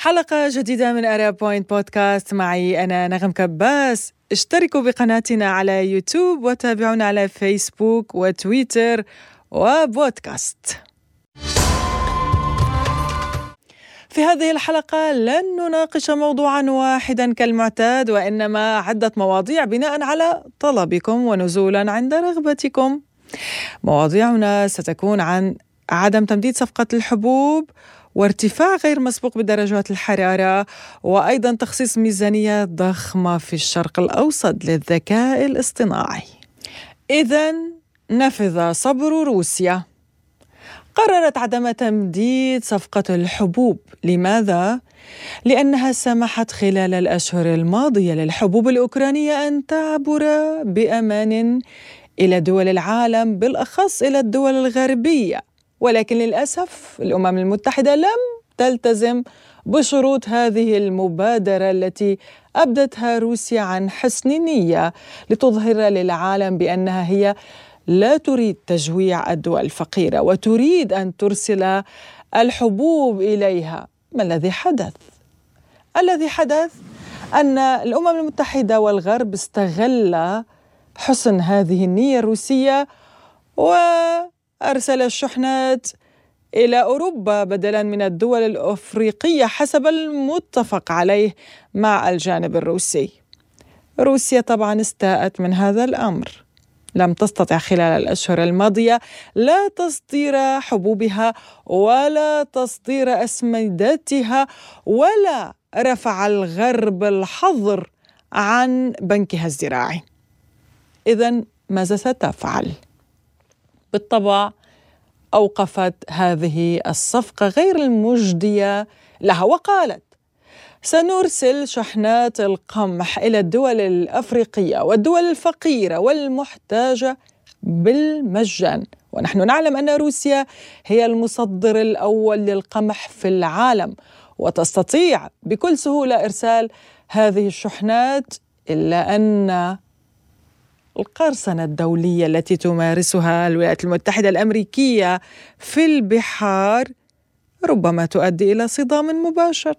حلقة جديدة من آراء بوينت بودكاست، معي أنا نغم كباس. اشتركوا بقناتنا على يوتيوب وتابعونا على فيسبوك وتويتر وبودكاست. في هذه الحلقة لن نناقش موضوعا واحدا كالمعتاد، وإنما عدة مواضيع بناء على طلبكم ونزولا عند رغبتكم. مواضيعنا ستكون عن عدم تمديد صفقة الحبوب، وارتفاع غير مسبوق بدرجات الحرارة، وأيضا تخصيص ميزانية ضخمة في الشرق الأوسط للذكاء الاصطناعي. إذن نفذ صبر روسيا. قررت عدم تمديد صفقة الحبوب. لماذا؟ لأنها سمحت خلال الأشهر الماضية للحبوب الأوكرانية أن تعبر بأمان إلى دول العالم، بالأخص إلى الدول الغربية، ولكن للأسف الأمم المتحدة لم تلتزم بشروط هذه المبادرة التي أبدتها روسيا عن حسن نية لتظهر للعالم بأنها هي لا تريد تجويع الدول الفقيرة وتريد أن ترسل الحبوب إليها. ما الذي حدث؟ الذي حدث أن الأمم المتحدة والغرب استغل حسن هذه النية الروسية وأرسل الشحنات إلى أوروبا بدلاً من الدول الأفريقية حسب المتفق عليه مع الجانب الروسي. روسيا طبعاً استاءت من هذا الأمر، لم تستطع خلال الأشهر الماضية لا تصدير حبوبها ولا تصدير أسمدتها، ولا رفع الغرب الحظر عن بنكها الزراعي. إذن ماذا ستفعل؟ بالطبع أوقفت هذه الصفقة غير المجدية لها، وقالت سنرسل شحنات القمح إلى الدول الأفريقية والدول الفقيرة والمحتاجة بالمجان. ونحن نعلم أن روسيا هي المصدر الأول للقمح في العالم، وتستطيع بكل سهولة إرسال هذه الشحنات، إلا أن القرصنة الدولية التي تمارسها الولايات المتحدة الأمريكية في البحار ربما تؤدي إلى صدام مباشر.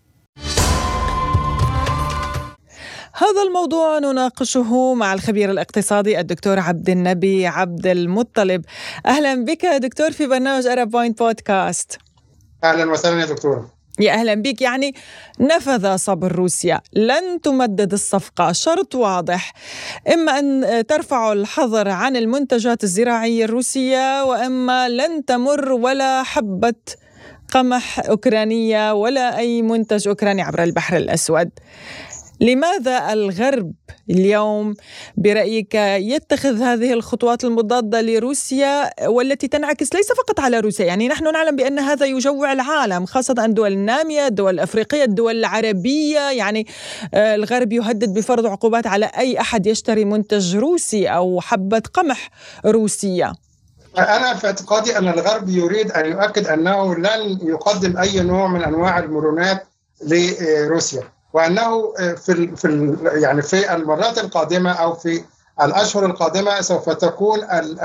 هذا الموضوع نناقشه مع الخبير الاقتصادي الدكتور عبد النبي عبد المطلب. أهلا بك دكتور في برنامج آراء بوينت بودكاست. أهلا وسهلا يا دكتور. يا أهلا بك. يعني نفذ صبر روسيا، لن تمدد الصفقة، شرط واضح، إما أن ترفع الحظر عن المنتجات الزراعية الروسية، وإما لن تمر ولا حبة قمح أوكرانية ولا أي منتج أوكراني عبر البحر الأسود. لماذا الغرب اليوم برأيك يتخذ هذه الخطوات المضادة لروسيا، والتي تنعكس ليس فقط على روسيا؟ يعني نحن نعلم بأن هذا يجوع العالم، خاصة الدول النامية، الدول الأفريقية، الدول العربية. يعني الغرب يهدد بفرض عقوبات على أي أحد يشتري منتج روسي أو حبة قمح روسية. أنا في اعتقادي أن الغرب يريد أن يؤكد أنه لن يقدم أي نوع من أنواع المرونات لروسيا، وأنه في المرات القادمة أو في الأشهر القادمة سوف تكون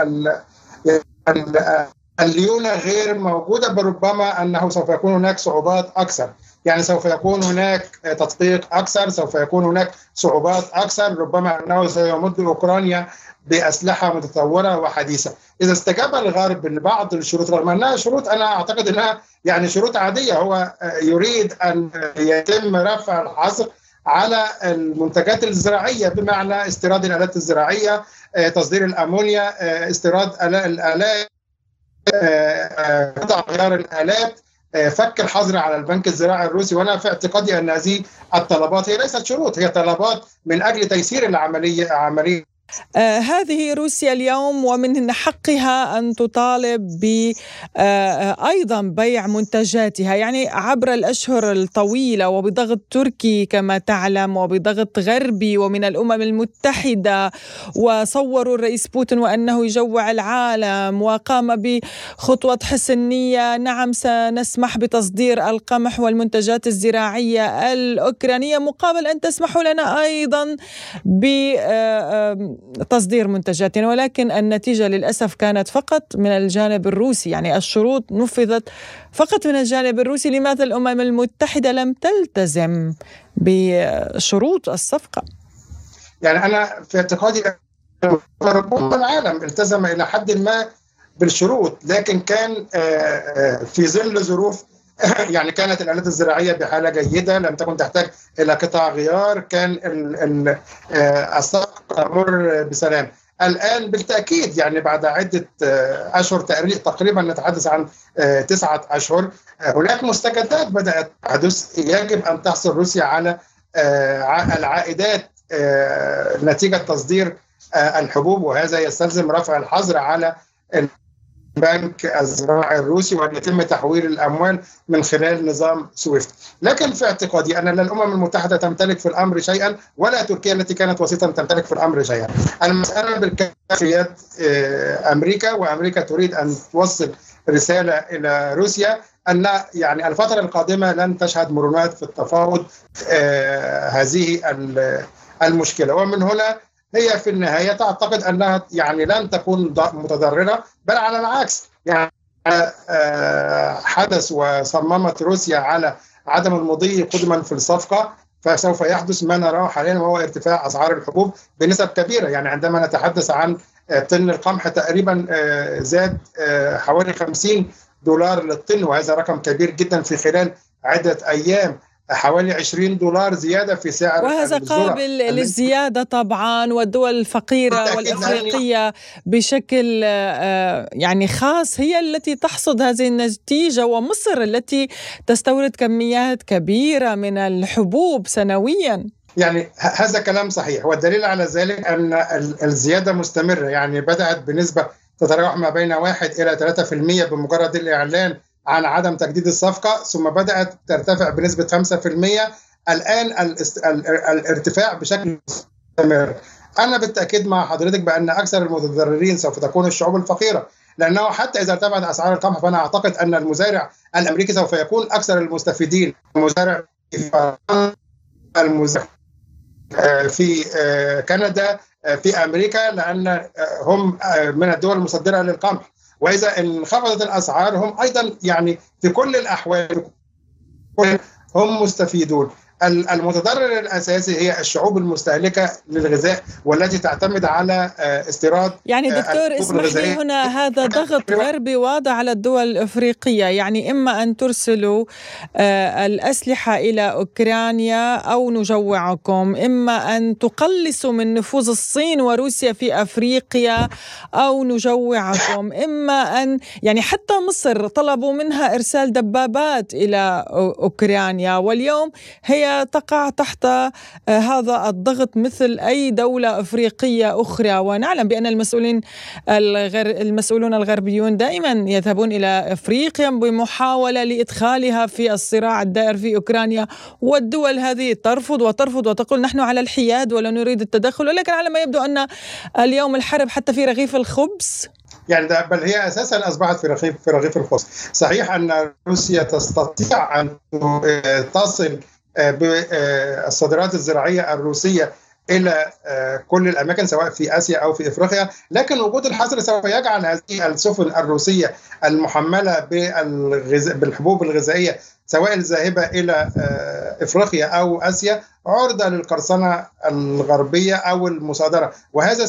الليونة غير موجودة، بربما أنه سوف يكون هناك صعوبات أكثر، يعني سوف يكون هناك تدقيق أكثر، سوف يكون هناك صعوبات أكثر، ربما أنه سيمد أوكرانيا بأسلحة متطورة وحديثة. إذا استجاب الغرب لبعض الشروط، رغم أنها شروط أنا أعتقد أنها يعني شروط عادية، هو يريد أن يتم رفع الحظر على المنتجات الزراعية، بمعنى استيراد الآلات الزراعية، تصدير الأمونيا، استيراد الآلات، قطع غيار الآلات، فك الحظر على البنك الزراعي الروسي. وأنا في اعتقادي أن هذه الطلبات هي ليست شروط، هي طلبات من أجل تيسير العملية. هذه روسيا اليوم ومن حقها أن تطالب أيضا بيع منتجاتها، يعني عبر الأشهر الطويلة، وبضغط تركي كما تعلم، وبضغط غربي ومن الأمم المتحدة، وصوروا الرئيس بوتين وأنه يجوع العالم، وقام بخطوة حسن نية، نعم سنسمح بتصدير القمح والمنتجات الزراعية الأوكرانية مقابل أن تسمحوا لنا أيضا تصدير منتجاتنا، ولكن النتيجة للأسف كانت فقط من الجانب الروسي، يعني الشروط نفذت فقط من الجانب الروسي. لماذا الأمم المتحدة لم تلتزم بشروط الصفقة؟ يعني أنا في اعتقادي ربما العالم التزم إلى حد ما بالشروط، لكن كان في ظل ظروف يعني كانت الآلات الزراعية بحالة جيدة، لم تكن تحتاج إلى قطع غيار، كان الصفقة تمر بسلام. الآن بالتأكيد يعني بعد عدة أشهر تقريبا نتحدث عن 9 أشهر، هناك مستجدات بدأت تحدث. يجب أن تحصل روسيا على العائدات نتيجة تصدير الحبوب، وهذا يستلزم رفع الحظر على البنك الزراعي الروسي وأن يتم تحويل الأموال من خلال نظام سويفت. لكن في اعتقادي أن لا الأمم المتحدة تمتلك في الأمر شيئا ولا تركيا التي كانت وسيطا تمتلك في الأمر شيئا. المسألة بالكاد في يد أمريكا، وأمريكا تريد أن توصل رسالة إلى روسيا أن يعني الفترة القادمة لن تشهد مرونات في التفاوض هذه المشكلة. ومن هنا هي في النهاية تعتقد أنها يعني لن تكون متضررة، بل على العكس. يعني حدث وصممت روسيا على عدم المضي قدما في الصفقة، فسوف يحدث ما نراه حاليا وهو ارتفاع أسعار الحبوب بنسب كبيرة. يعني عندما نتحدث عن طن القمح تقريبا زاد حوالي $50 للطن، وهذا رقم كبير جدا في خلال عدة أيام، حوالي $20 زيادة في سعر وهذا قابل للزيادة طبعا. والدول الفقيرة والإفريقية بشكل يعني خاص هي التي تحصد هذه النتيجة، ومصر التي تستورد كميات كبيرة من الحبوب سنويا. يعني هذا كلام صحيح، والدليل على ذلك أن الزيادة مستمرة. يعني بدأت بنسبة تتراوح ما بين 1 إلى 3% بمجرد الإعلان عن عدم تجديد الصفقة، ثم بدأت ترتفع بنسبة 5%. الآن الارتفاع بشكل مستمر. أنا بالتأكيد مع حضرتك بأن أكثر المتضررين سوف تكون الشعوب الفقيرة، لأنه حتى إذا ارتفعت أسعار القمح فأنا أعتقد أن المزارع الأمريكي سوف يكون أكثر المستفيدين. المزارع في كندا، في أمريكا، لأن هم من الدول المصدرة للقمح. وإذا انخفضت الأسعار هم أيضا يعني في كل الأحوال هم مستفيدون. المتضرر الأساسي هي الشعوب المستهلكة للغذاء والتي تعتمد على استيراد. يعني دكتور اسمح لي هنا، هذا ضغط غربي واضح على الدول الأفريقية، يعني إما أن ترسلوا الأسلحة إلى أوكرانيا أو نجوعكم، إما أن تقلصوا من نفوذ الصين وروسيا في أفريقيا أو نجوعكم، إما أن يعني حتى مصر طلبوا منها إرسال دبابات إلى أوكرانيا، واليوم هي تقع تحت هذا الضغط مثل أي دولة أفريقية أخرى. ونعلم بأن المسؤولون الغربيون دائما يذهبون إلى أفريقيا بمحاولة لإدخالها في الصراع الدائر في أوكرانيا، والدول هذه ترفض وتقول نحن على الحياد ولا نريد التدخل. ولكن على ما يبدو أن اليوم الحرب حتى في رغيف الخبز، يعني بل هي أساسا أصبحت في رغيف الخبز. صحيح أن روسيا تستطيع أن تصل بالصادرات الزراعية الروسية إلى كل الأماكن سواء في آسيا أو في إفريقيا، لكن وجود الحظر سوف يجعل هذه السفن الروسية المحملة بالحبوب الغذائية سواء الذاهبة إلى إفريقيا أو آسيا عرضة للقرصنة الغربية أو المصادرة، وهذا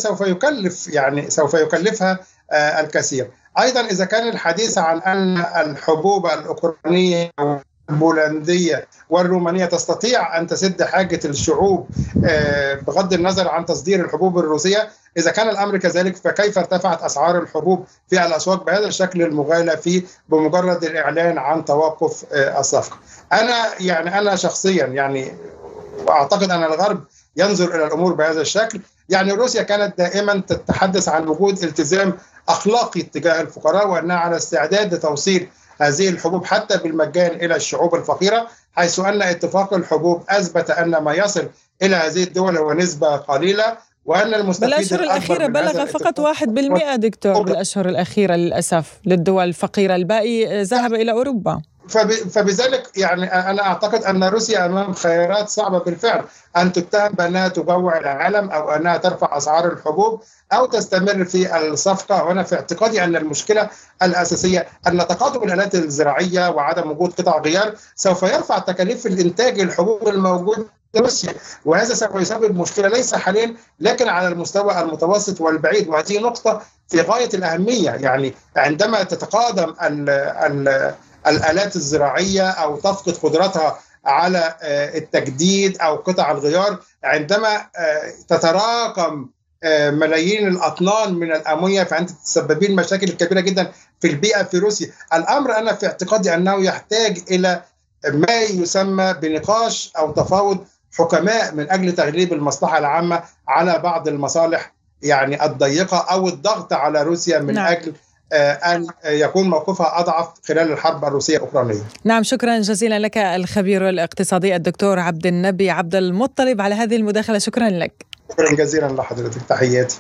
سوف يكلفها الكثير. أيضا إذا كان الحديث عن أن الحبوب الأوكرانية البولندية والرومانية تستطيع أن تسد حاجة الشعوب بغض النظر عن تصدير الحبوب الروسية، إذا كان الأمر كذلك فكيف ارتفعت أسعار الحبوب في الأسواق بهذا الشكل المغالى فيه بمجرد الإعلان عن توقف الصفقة؟ أنا شخصيا أعتقد أن الغرب ينظر إلى الأمور بهذا الشكل. يعني روسيا كانت دائما تتحدث عن وجود التزام أخلاقي تجاه الفقراء وأنها على استعداد لتوصيل هذه الحبوب حتى بالمجان إلى الشعوب الفقيرة، حيث أن اتفاق الحبوب أثبت أن ما يصل إلى هذه الدول هو نسبة قليلة، وأن المستفيد بالأشهر الأخيرة بلغ فقط 1% دكتور، بالأشهر الأخيرة للأسف للدول الفقيرة، الباقي ذهب إلى أوروبا. فبذلك يعني أنا أعتقد أن روسيا أمام خيارات صعبة بالفعل، أن تتهم بأنها تجوع العالم أو أنها ترفع أسعار الحبوب أو تستمر في الصفقة. وأنا في اعتقادي أن المشكلة الأساسية أن تقادم الآلات الزراعية وعدم وجود قطع غيار سوف يرفع تكاليف الإنتاج الحبوب الموجود في روسيا، وهذا سوف يسبب مشكلة ليس حاليا لكن على المستوى المتوسط والبعيد، وهذه نقطة في غاية الأهمية. يعني عندما تتقادم الآلات الزراعية أو تفقد قدرتها على التجديد أو قطع الغيار، عندما تتراكم ملايين الأطنان من الأمونيا، فأنت تسببين مشاكل كبيرة جدا في البيئة في روسيا. الأمر أنا في اعتقادي أنه يحتاج إلى ما يسمى بنقاش أو تفاوض حكماء من أجل تغليب المصلحة العامة على بعض المصالح يعني الضيقة، أو الضغط على روسيا من أجل أن يكون موقفها أضعف خلال الحرب الروسية الأوكرانية. نعم، شكرا جزيلا لك الخبير الاقتصادي الدكتور عبد النبي عبد المطلب على هذه المداخلة. شكرا لك. شكرا جزيلا لحضرتك، تحياتي.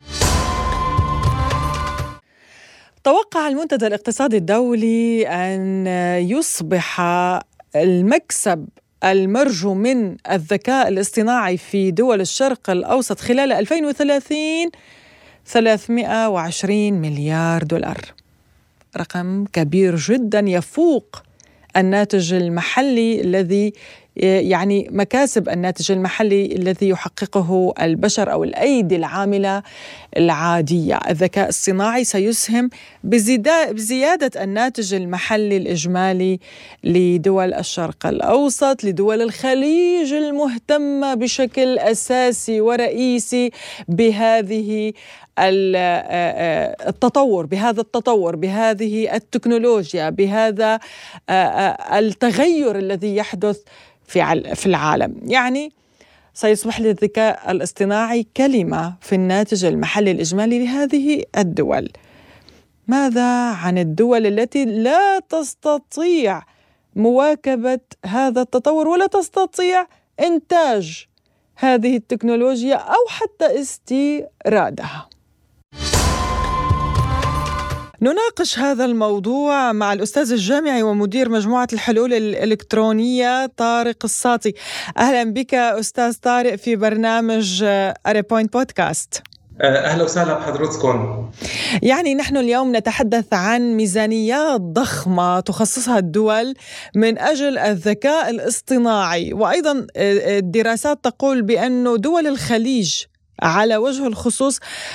توقع المنتدى الاقتصادي الدولي أن يصبح المكسب المرجو من الذكاء الاصطناعي في دول الشرق الأوسط خلال 2030 320 مليار دولار، رقم كبير جدا يفوق الناتج المحلي الذي يعني مكاسب الناتج المحلي الذي يحققه البشر أو الأيدي العاملة العادية. الذكاء الصناعي سيسهم بزيادة الناتج المحلي الإجمالي لدول الشرق الأوسط، لدول الخليج المهتمة بشكل أساسي ورئيسي بهذه التطور، بهذه التكنولوجيا، بهذا التغير الذي يحدث في العالم. يعني سيصبح للذكاء الاصطناعي كلمة في الناتج المحلي الإجمالي لهذه الدول. ماذا عن الدول التي لا تستطيع مواكبة هذا التطور ولا تستطيع إنتاج هذه التكنولوجيا أو حتى استيرادها؟ نناقش هذا الموضوع مع الأستاذ الجامعي ومدير مجموعة الحلول الإلكترونية طارق الساطي. أهلا بك أستاذ طارق في برنامج أريبوينت بودكاست. أهلا وسهلا بحضرتكم. يعني نحن اليوم نتحدث عن ميزانيات ضخمة تخصصها الدول من أجل الذكاء الاصطناعي، وأيضا الدراسات تقول بأن دول الخليج على وجه الخصوص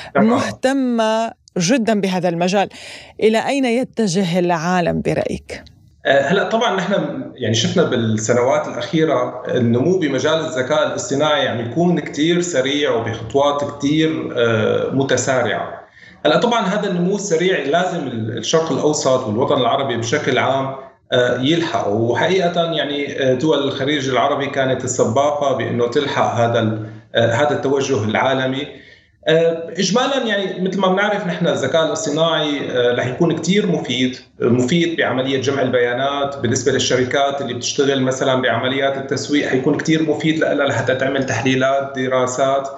مهتمة جدا بهذا المجال. إلى أين يتجه العالم برأيك؟ هلا طبعا نحن يعني شفنا بالسنوات الأخيرة النمو بمجال الذكاء الاصطناعي يعني يكون كتير سريع وبخطوات كتير متسارعة. هلا طبعا هذا النمو السريع لازم الشرق الأوسط والوطن العربي بشكل عام يلحق، وحقيقة يعني دول الخليج العربي كانت السباقة بأنه تلحق هذا التوجه العالمي. إجمالاً يعني مثل ما بنعرف نحن الذكاء الاصطناعي رح يكون كتير مفيد بعملية جمع البيانات بالنسبة للشركات اللي بتشتغل مثلاً بعمليات التسويق، حيكون كتير مفيد لها لحتى تعمل تحليلات دراسات.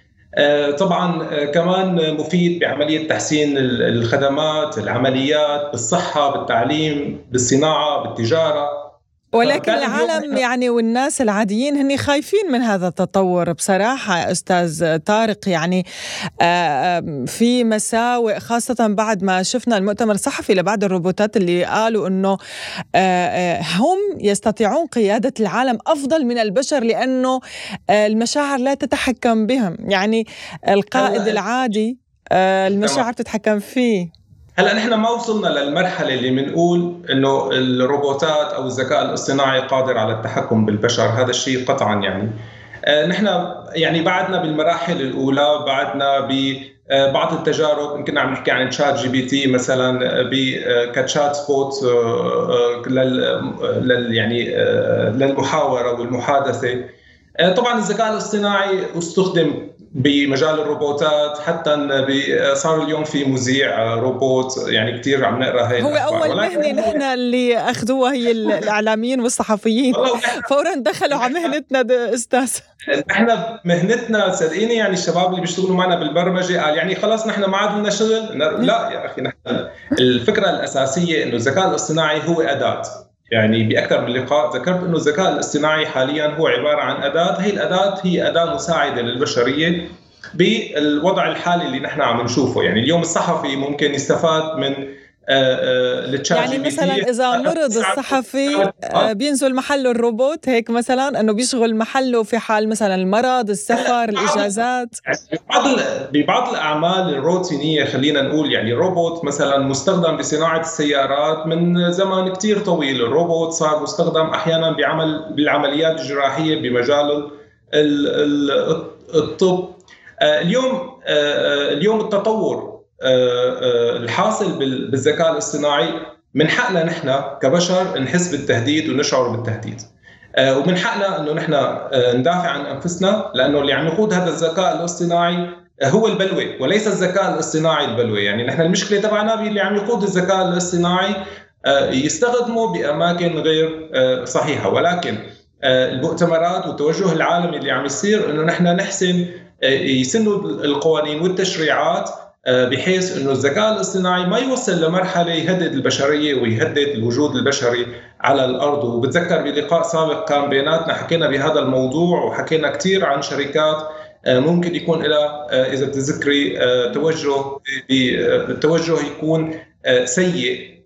طبعاً كمان مفيد بعملية تحسين الخدمات، العمليات بالصحة، بالتعليم، بالصناعة، بالتجارة. ولكن العالم يعني والناس العاديين هني خايفين من هذا التطور بصراحة أستاذ طارق. يعني في مساوئ، خاصة بعد ما شفنا المؤتمر الصحفي لبعض الروبوتات اللي قالوا أنه هم يستطيعون قيادة العالم أفضل من البشر لأنه المشاعر لا تتحكم بهم. يعني القائد العادي المشاعر تتحكم فيه. هلا نحن ما وصلنا للمرحله اللي بنقول انه الروبوتات او الذكاء الاصطناعي قادر على التحكم بالبشر، هذا الشيء قطعا. يعني نحن يعني بعدنا بالمراحل الاولى، بعدنا ببعض التجارب. يمكن عم نحكي عن تشات جي بي تي مثلا كتشات سبوت يعني للمحاوره والمحادثه. طبعا الذكاء الاصطناعي استخدم بمجال الروبوتات، حتى صار اليوم في مذيع روبوت، يعني كتير عم نقرأ هاي هو أول مهنة نحن اللي أخذوها هي الإعلاميين والصحفيين، فورا دخلوا على مهنتنا أستاذ. نحن مهنتنا صدقيني يعني الشباب اللي بيشتغلوا معنا بالبرمجة قال يعني خلاص نحن ما عاد لنا شغل. لا يا أخي، نحن الفكرة الأساسية إنه الذكاء الاصطناعي هو أداة. يعني بأكثر من لقاء ذكرت أنه الذكاء الاصطناعي حاليا هو عبارة عن أداة. هي الأداة هي أداة مساعدة للبشرية بالوضع الحالي اللي نحن عم نشوفه. يعني اليوم الصحفي ممكن يستفاد من يعني مثلا إذا مرض الصحفي بينزل محله الروبوت هيك مثلا، أنه بيشغل محله في حال مثلا المرض، السفر، الإجازات. ببعض الأعمال الروتينية خلينا نقول، يعني الروبوت مثلا مستخدم بصناعة السيارات من زمان كتير طويل. الروبوت صار مستخدم أحيانا بالعمليات الجراحية بمجال الطب. اليوم التطور الحاصل بالذكاء الاصطناعي من حقنا نحن كبشر نحس بالتهديد ونشعر بالتهديد، ومن حقنا انه نحن ندافع عن انفسنا، لانه اللي عم يقود هذا الذكاء الاصطناعي هو البلوى وليس الذكاء الاصطناعي البلوى. يعني نحن المشكله تبعنا باللي عم يقود الذكاء الاصطناعي يستخدمه باماكن غير صحيحه. ولكن المؤتمرات والتوجه العالمي اللي عم يصير انه نحن نحسن يسنوا القوانين والتشريعات بحيث انه الذكاء الاصطناعي ما يوصل لمرحله يهدد البشريه ويهدد الوجود البشري على الارض. وبتذكر بلقاء سابق كان بيناتنا حكينا بهذا الموضوع، وحكينا كثير عن شركات ممكن يكون لها اذا بتذكري التوجه يكون سيء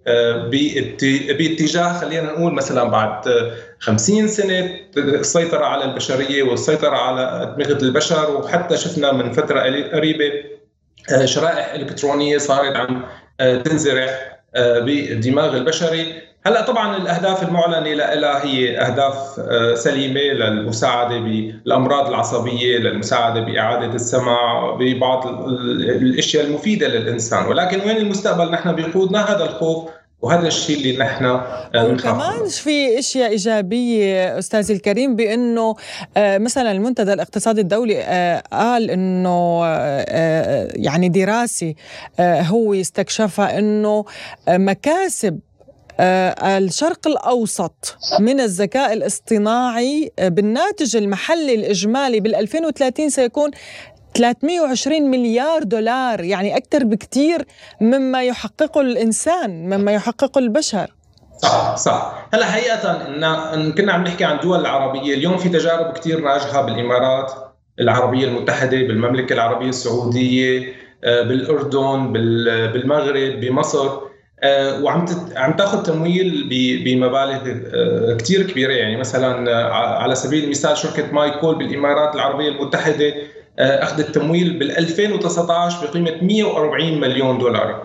باتجاه خلينا نقول مثلا بعد 50 سنة السيطرة على البشرية والسيطرة على أدمغة البشر. وحتى شفنا من فترة قريبة شرائح إلكترونية صارت عم تنزرع بالدماغ البشري. هلأ طبعا الأهداف المعلنة لها هي أهداف سليمة للمساعدة بالأمراض العصبية، للمساعدة بإعادة السمع، ببعض الأشياء المفيدة للإنسان. ولكن وين المستقبل نحن بيقودنا هذا الخوف، وهذا الشيء اللي نحن وكمان في اشياء ايجابيه استاذي الكريم، بانه مثلا المنتدى الاقتصادي الدولي قال انه يعني دراسي هو استكشفها انه مكاسب الشرق الأوسط من الذكاء الاصطناعي بالناتج المحلي الإجمالي بال2030 سيكون 320 مليار دولار، يعني أكثر بكتير مما يحققه الإنسان، مما يحققه البشر. صح. هلا حقيقة إن كنا عم نحكي عن الدول العربية، اليوم في تجارب كتير ناجحة بالإمارات العربية المتحدة، بالمملكة العربية السعودية، بالأردن، بالمغرب، بمصر، وعم تاخذ تمويل بمبالغ كتير كبيرة. يعني مثلا على سبيل المثال شركة مايكول بالإمارات العربية المتحدة أخذت تمويل بال2019 بقيمة 140 مليون دولار.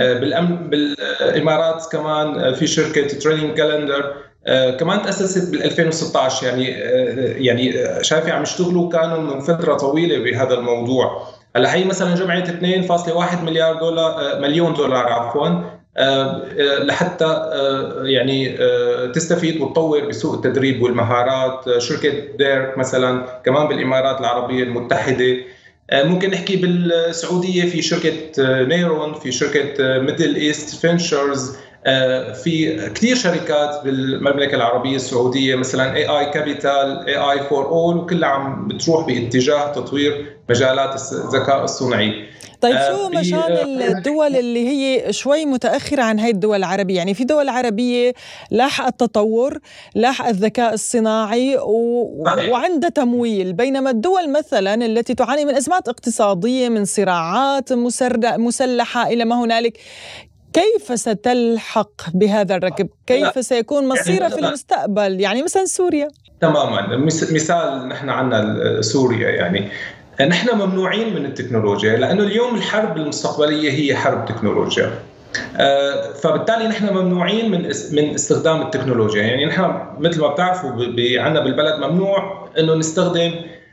بالإمارات كمان في شركة تريننج كالندر كمان تأسست بال2016. يعني شايفة عم يشتغلوا كانوا من فترة طويلة بهذا الموضوع. هلا هي مثلا جمعت 2.1 مليون دولار عفوا لحتى يعني تستفيد وتطور بسوق التدريب والمهارات. شركة ديرك مثلا كمان بالإمارات العربية المتحدة. ممكن نحكي بالسعودية في شركة نيرون، في شركة ميدل إيست فينشرز، في كثير شركات بالمملكة العربية السعودية مثلا AI Capital، AI for All، وكلها عم بتروح باتجاه تطوير مجالات الذكاء الصناعي. طيب شو مجال الدول اللي هي شوي متأخرة عن هاي الدول العربية؟ يعني في دول عربية لاحق التطور، لاحق الذكاء الصناعي وعندها تمويل، بينما الدول مثلا التي تعاني من أزمات اقتصادية، من صراعات مسلحة إلى ما هنالك، كيف ستلحق بهذا الركب؟ كيف سيكون مصيرها في المستقبل؟ يعني مثلا سوريا تماما مثال، نحن عندنا سوريا، يعني نحن ممنوعين من التكنولوجيا لأنه اليوم الحرب المستقبلية هي حرب تكنولوجيا. فبالتالي نحن ممنوعين من استخدام التكنولوجيا. يعني نحن مثل ما بتعرفوا عندنا بالبلد ممنوع إنه نستخدم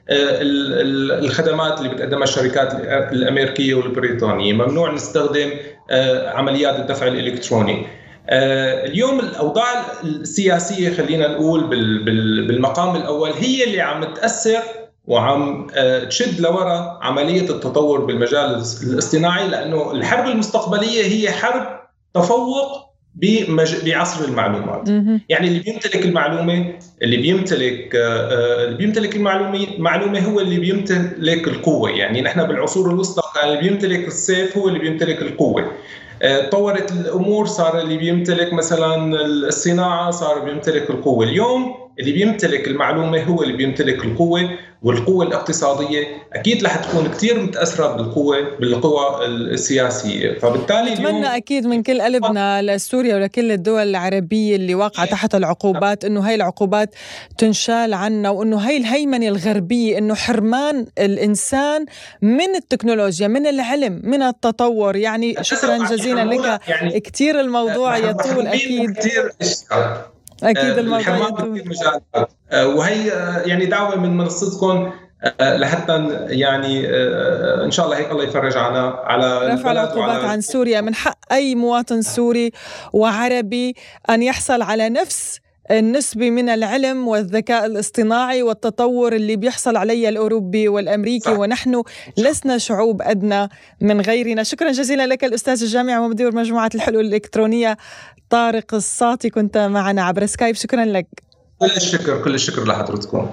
الخدمات اللي بتقدمها الشركات الأمريكية والبريطانية، ممنوع نستخدم عمليات الدفع الإلكتروني. اليوم الأوضاع السياسية خلينا نقول بالمقام الأول هي اللي عم تأثر وعم تشد لورا عملية التطور بالمجال الاصطناعي، لأنه الحرب المستقبلية هي حرب تفوق بعصر المعلومات. يعني اللي بيمتلك المعلومة، اللي بيمتلك المعلومة هو اللي بيمتلك القوة. يعني نحن بالعصور الوسطى كان اللي بيمتلك السيف هو اللي بيمتلك القوة. طورت الأمور، صار اللي بيمتلك مثلا الصناعة صار بيمتلك القوة. اليوم اللي بيمتلك المعلومة هو اللي بيمتلك القوة، والقوة الاقتصادية أكيد رح تكون كتير متأثرة بالقوى السياسية. فبالتالي نتمنى أكيد من كل قلبنا لسوريا ولكل الدول العربية اللي واقعة تحت العقوبات إنه هاي العقوبات تنشال عنا، وإنه هاي الهيمنة الغربية إنه حرمان الإنسان من التكنولوجيا، من العلم، من التطور. يعني شكرا جزيلا لك. يعني كتير الموضوع يطول أكيد. أكيد الموضوع يطول. وهي يعني دعوة من منصتكم لحتى يعني إن شاء الله هيك الله يفرج على رفع العقوبات عن سوريا. من حق أي مواطن سوري وعربي أن يحصل على نفس النسبة من العلم والذكاء الاصطناعي والتطور اللي بيحصل عليه الأوروبي والأمريكي، ونحن لسنا شعوب أدنى من غيرنا. شكرا جزيلا لك الأستاذ الجامعي ومدير مجموعة الحلول الإلكترونية طارق الساطي، كنت معنا عبر سكايب. شكرا لك. كل الشكر لحضرتكم.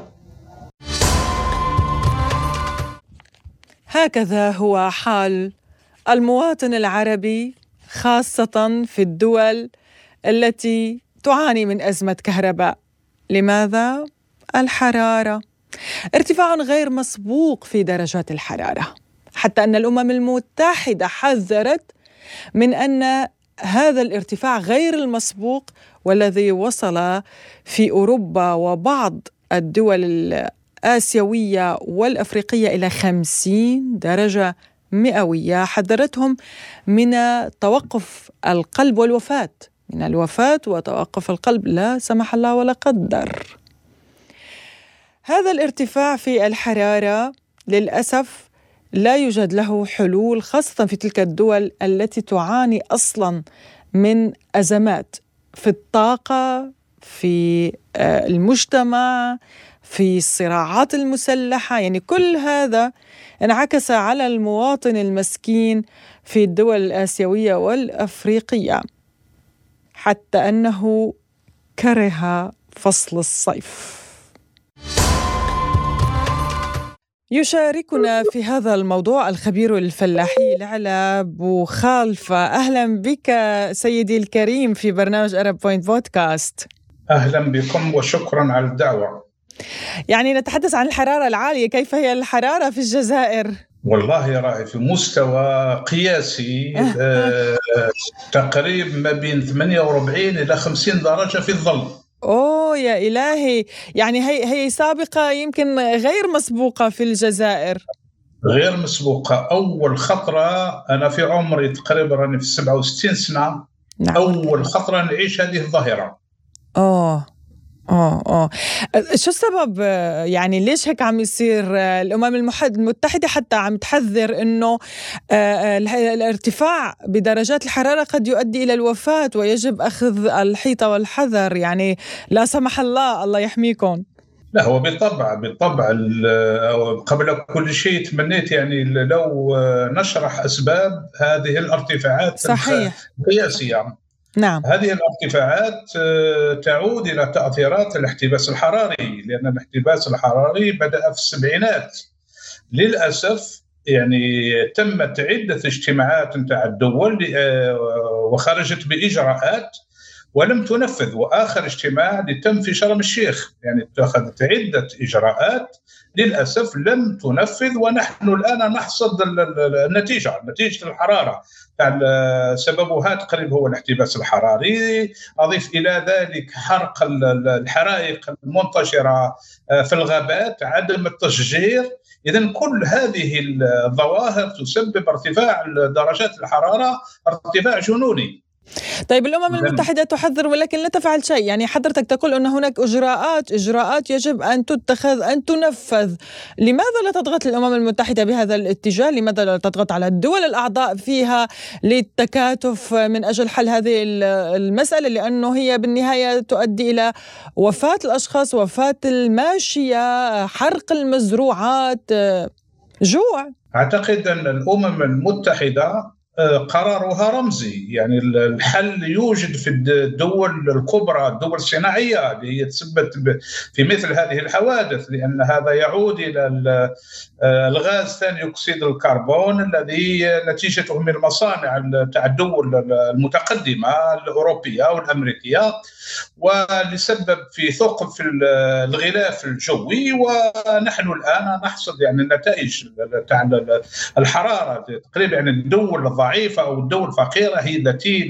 هكذا هو حال المواطن العربي، خاصة في الدول التي تعاني من أزمة كهرباء. لماذا؟ الحرارة، ارتفاع غير مسبوق في درجات الحرارة، حتى أن الأمم المتحدة حذرت من أن هذا الارتفاع غير المسبوق والذي وصل في أوروبا وبعض الدول الآسيوية والأفريقية إلى 50 درجة مئوية، حذرتهم من توقف القلب والوفاة، من الوفاة وتوقف القلب لا سمح الله ولا قدر. هذا الارتفاع في الحرارة للأسف لا يوجد له حلول، خاصة في تلك الدول التي تعاني أصلا من أزمات في الطاقة، في المجتمع، في الصراعات المسلحة. يعني كل هذا انعكس على المواطن المسكين في الدول الآسيوية والأفريقية، حتى أنه كره فصل الصيف. يشاركنا في هذا الموضوع الخبير الفلاحي العلا بوخالفة. أهلا بك سيدي الكريم في برنامج أرب بوينت بودكاست. أهلا بكم وشكرا على الدعوة. يعني نتحدث عن الحرارة العالية، كيف هي الحرارة في الجزائر؟ والله يا راهي في مستوى قياسي تقريبا ما بين 48 إلى 50 درجة في الظل. أوه يا إلهي، يعني هي سابقة يمكن غير مسبوقة في الجزائر. غير مسبوقة. أول خطرة أنا في عمري تقريبا راني في 67 سنة. نعم. أول خطرة نعيش هذه الظاهرة. شو السبب؟ يعني ليش هيك عم يصير؟ الأمم المتحدة حتى عم تحذر إنه الارتفاع بدرجات الحرارة قد يؤدي إلى الوفاة ويجب أخذ الحيطة والحذر. يعني لا سمح الله، الله يحميكم. لا هو بالطبع قبل كل شيء تمنيت يعني لو نشرح أسباب هذه الارتفاعات القياسية. نعم. هذه الارتفاعات تعود إلى تأثيرات الاحتباس الحراري، لأن الاحتباس الحراري بدأ في السبعينات. للأسف يعني تمت عدة اجتماعات نتاع الدول وخرجت بإجراءات ولم تنفذ، وآخر اجتماع تم في شرم الشيخ يعني اتخذت عدة إجراءات للأسف لم تنفذ، ونحن الآن نحصد نتيجة الحرارة. سببها تقريبا هو الاحتباس الحراري. أضيف إلى ذلك حرق الحرائق المنتشرة في الغابات، عدم التشجير. إذن كل هذه الظواهر تسبب ارتفاع درجات الحرارة، ارتفاع جنوني. طيب الأمم المتحدة تحذر ولكن لا تفعل شيء. يعني حضرتك تقول أن هناك إجراءات يجب أن تتخذ، أن تنفذ. لماذا لا تضغط الأمم المتحدة بهذا الاتجاه؟ لماذا لا تضغط على الدول الأعضاء فيها للتكاتف من أجل حل هذه المسألة؟ لأنه هي بالنهاية تؤدي إلى وفاة الأشخاص، وفاة الماشية، حرق المزروعات، جوع. أعتقد أن الأمم المتحدة قرارها رمزي. يعني الحل يوجد في الدول الكبرى، الدول الصناعية اللي هي تسبب في مثل هذه الحوادث، لأن هذا يعود إلى الغاز ثاني أكسيد الكربون الذي نتيجته من المصانع تاع الدول المتقدمة الأوروبية والأمريكية، ولسبب في ثقب في الغلاف الجوي. ونحن الآن نحصد يعني النتائج تاع الحرارة تقريبا. يعني الدول الضعيفة أو الدول الفقيرة هي التي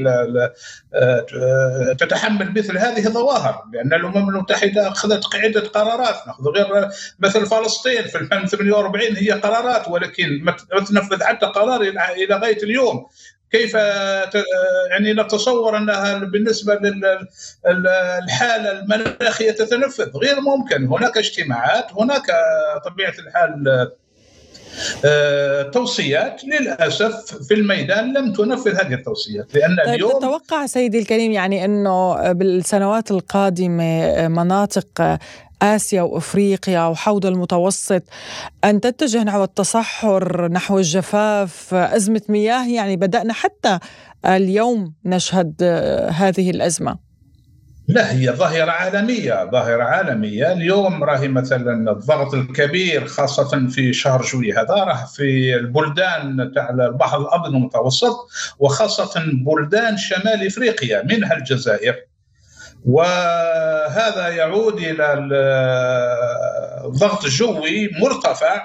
تتحمل مثل هذه الظواهر، لأن الأمم المتحدة أخذت عدة قرارات. نأخذ غير مثل فلسطين في 48 هي قرارات، ولكن ما تنفذ حتى قرار إلى غاية اليوم. كيف يعني نتصور أنها بالنسبة للحالة المناخية تتنفذ؟ غير ممكن. هناك اجتماعات، هناك طبيعة الحال توصيات، للأسف في الميدان لم تنفذ هذه التوصيات. لأن اليوم تتوقع سيدي الكريم يعني أنه بالسنوات القادمة مناطق آسيا وأفريقيا وحوض المتوسط أن تتجه نحو التصحر، نحو الجفاف، أزمة مياه؟ يعني بدأنا حتى اليوم نشهد هذه الأزمة. لا، هي ظاهرة عالمية. اليوم راهي مثلا الضغط الكبير خاصة في شهر جويلية هذا راه في البلدان تاع البحر الأبيض المتوسط، وخاصة بلدان شمال إفريقيا منها الجزائر. وهذا يعود إلى الضغط الجوي مرتفع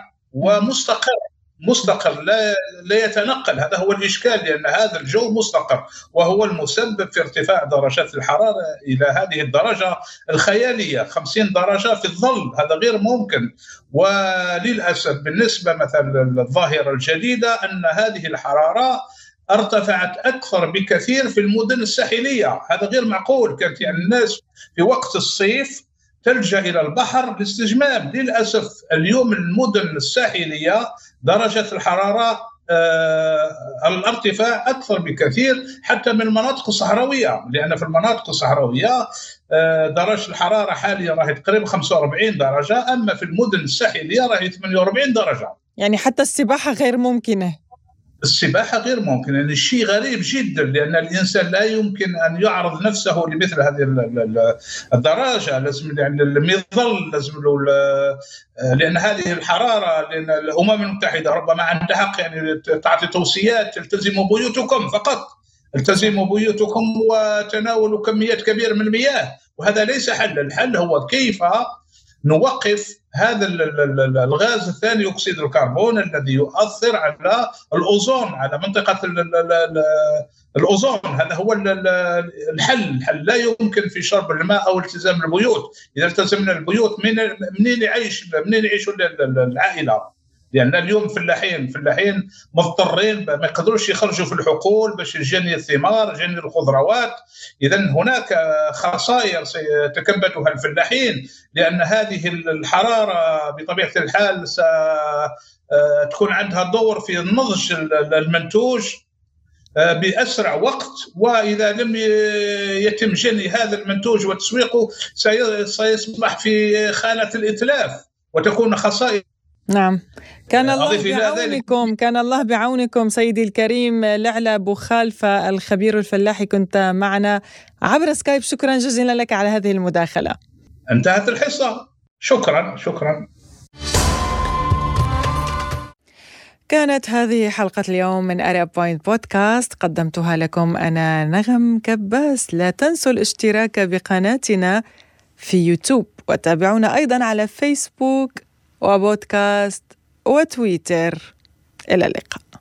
ومستقر لا يتنقل. هذا هو الإشكال، لأن هذا الجو مستقر وهو المسبب في ارتفاع درجات الحرارة إلى هذه الدرجة الخيالية 50 درجة في الظل. هذا غير ممكن. وللأسف بالنسبة مثلا للظاهرة الجديدة أن هذه الحرارة ارتفعت أكثر بكثير في المدن الساحلية. هذا غير معقول. كانت يعني الناس في وقت الصيف تلجأ إلى البحر للاستجمام. للأسف اليوم المدن الساحلية درجة الحرارة الارتفاع أكثر بكثير حتى من المناطق الصحراوية، لأن في المناطق الصحراوية درجة الحرارة حاليا راهي تقريبا 45 درجة، أما في المدن الساحلية راهي 48 درجة. يعني حتى السباحة غير ممكنة. السباحة غير ممكن. يعني الشيء غريب جدا، لأن الإنسان لا يمكن أن يعرض نفسه لمثل هذه الدرجة. لازم يعني المظل لازم لأن هذه الحرارة، لأن الأمم المتحدة ربما عندها حق يعني تعطي توصيات: التزموا بيوتكم فقط، التزموا بيوتكم وتناولوا كميات كبيرة من المياه. وهذا ليس حل. الحل هو كيف نوقف هذا الغاز الثاني أكسيد الكربون الذي يؤثر على الأوزون، على منطقة الأوزون. هذا هو الحل. لا يمكن في شرب الماء أو التزام البيوت. إذا التزمنا البيوت منين يعيش العائلة؟ لأن اليوم فلاحين مضطرين ما يقدروش يخرجوا في الحقول باش يجني الثمار، يجني الخضروات. إذا هناك خسائر سيتكبدها الفلاحين، لأن هذه الحرارة بطبيعة الحال ستكون عندها دور في نضج المنتوج بأسرع وقت. وإذا لم يتم جني هذا المنتوج وتسويقه سيصبح في خانة الإتلاف وتكون خسائر. نعم، كان الله بعونكم سيدي الكريم. لعلى بوخالفة الخبير الفلاحي كنت معنا عبر سكايب. شكرا جزيلا لك على هذه المداخلة. انتهت الحصة. شكرا. كانت هذه حلقة اليوم من Arab Point بودكاست، قدمتها لكم أنا نغم كباس. لا تنسوا الاشتراك بقناتنا في يوتيوب، وتابعونا أيضا على فيسبوك وبودكاست وتويتر. إلى اللقاء.